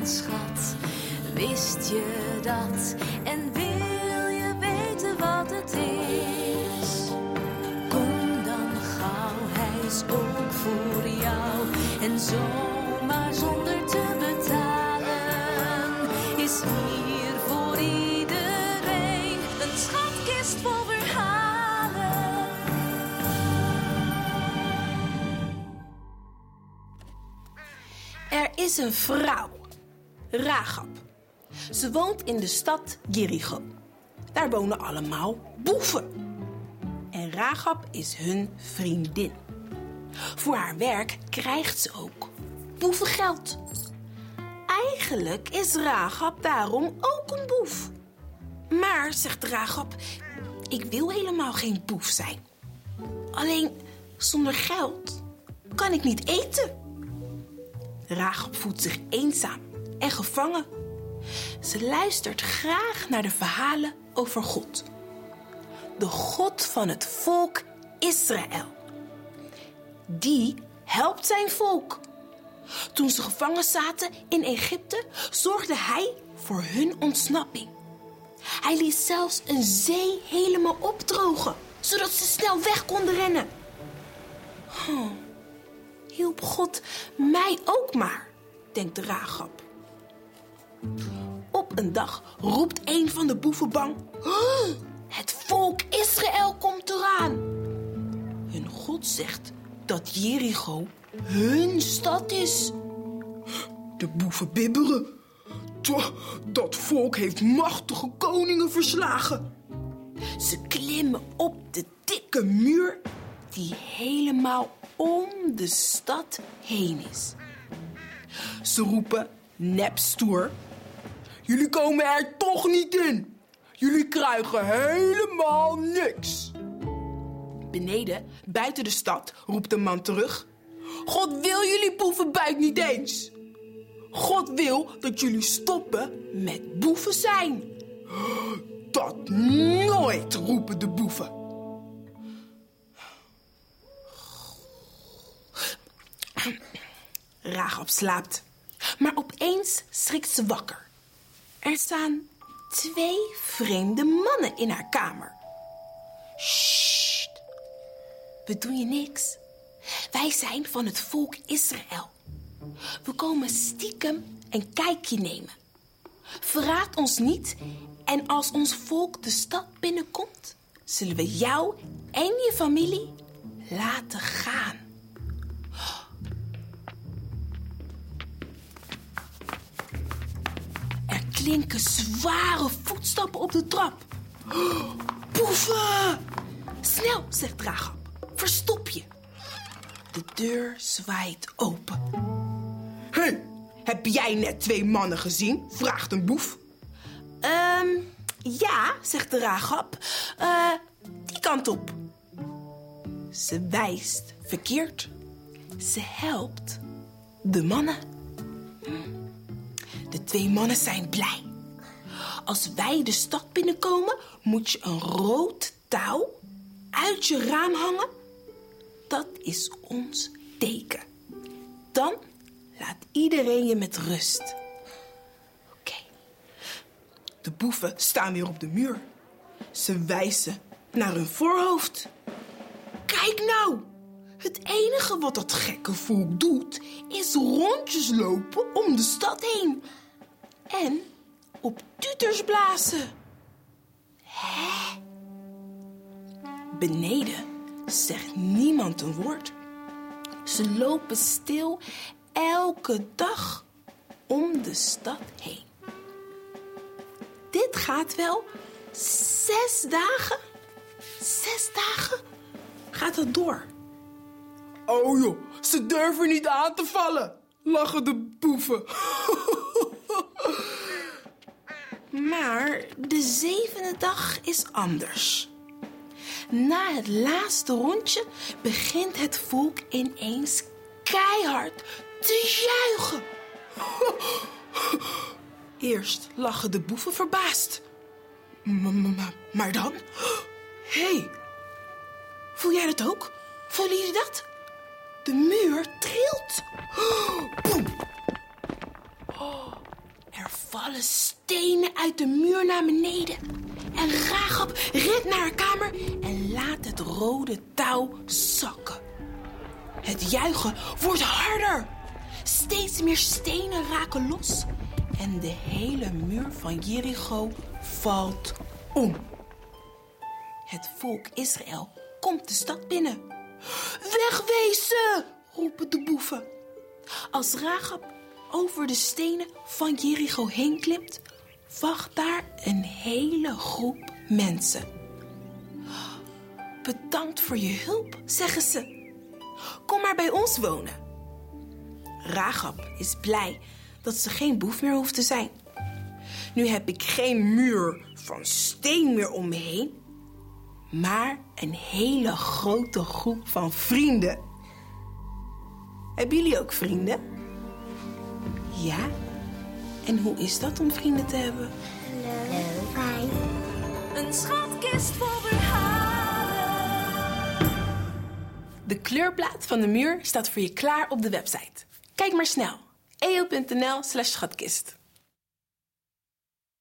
schat. Wist je dat? En wil je weten wat het is? Kom dan gauw, hij is ook voor jou. En zomaar zonder te betalen is hier voor iedereen een schatkist vol verhalen. Er is een vrouw, Rachab. Ze woont in de stad Jericho. Daar wonen allemaal boeven. En Rachab is hun vriendin. Voor haar werk krijgt ze ook boevengeld. Eigenlijk is Rachab daarom ook een boef. Maar, zegt Rachab, ik wil helemaal geen boef zijn. Alleen, zonder geld kan ik niet eten. Rachab voelt zich eenzaam en gevangen. Ze luistert graag naar de verhalen over God. De God van het volk Israël. Die helpt zijn volk. Toen ze gevangen zaten in Egypte, zorgde hij voor hun ontsnapping. Hij liet zelfs een zee helemaal opdrogen, zodat ze snel weg konden rennen. Hielp God mij ook maar, denkt Rachab. Op een dag roept een van de boeven bang: het volk Israël komt eraan. Hun God zegt dat Jericho hun stad is. De boeven bibberen. Dat volk heeft machtige koningen verslagen. Ze klimmen op de dikke muur die helemaal om de stad heen is. Ze roepen nepstoer: jullie komen er toch niet in. Jullie krijgen helemaal niks. Beneden, buiten de stad, roept de man terug: God wil jullie boevenbuit niet eens. God wil dat jullie stoppen met boeven zijn. Dat nooit, roepen de boeven. Rachab slaapt, maar opeens schrikt ze wakker. Er staan 2 vreemde mannen in haar kamer. Sst, we doen je niks. Wij zijn van het volk Israël. We komen stiekem een kijkje nemen. Verraad ons niet en als ons volk de stad binnenkomt, zullen we jou en je familie laten gaan. Er klinken zware voetstappen op de trap. Boeven! Snel, zegt Rachab. Verstop je. De deur zwaait open. Hé, heb jij net 2 mannen gezien? Vraagt een boef. Ja, zegt de Rachab. Die kant op. Ze wijst verkeerd. Ze helpt de mannen. De 2 mannen zijn blij. Als wij de stad binnenkomen, moet je een rood touw uit je raam hangen. Dat is ons teken. Dan laat iedereen je met rust. Oké. De boeven staan weer op de muur. Ze wijzen naar hun voorhoofd. Kijk nou! Het enige wat dat gekke volk doet, is rondjes lopen om de stad heen. En op tuters blazen. Hè? Beneden zegt niemand een woord. Ze lopen stil elke dag om de stad heen. Dit gaat wel 6 dagen. 6 dagen gaat het door. Oh joh, ze durven niet aan te vallen, lachen de boeven. Maar de 7e dag is anders. Na het laatste rondje begint het volk ineens keihard te juichen. Eerst lachen de boeven verbaasd. Maar dan? Hé, voel jij dat ook? Voelen jullie dat? De muur trilt. Boem. Er vallen stenen uit de muur naar beneden. En Rachab rent naar haar kamer en laat het rode touw zakken. Het juichen wordt harder. Steeds meer stenen raken los. En de hele muur van Jericho valt om. Het volk Israël komt de stad binnen. Wegwezen, roepen de boeven. Als Rachab over de stenen van Jericho heen klimt, wacht daar een hele groep mensen. Bedankt voor je hulp, zeggen ze. Kom maar bij ons wonen. Rachab is blij dat ze geen boef meer hoeft te zijn. Nu heb ik geen muur van steen meer om me heen, maar een hele grote groep van vrienden. Hebben jullie ook vrienden? Ja? En hoe is dat om vrienden te hebben? Leuk. Fijn. Een schatkist vol verhalen. De kleurplaat van de muur staat voor je klaar op de website. Kijk maar snel. eo.nl/schatkist.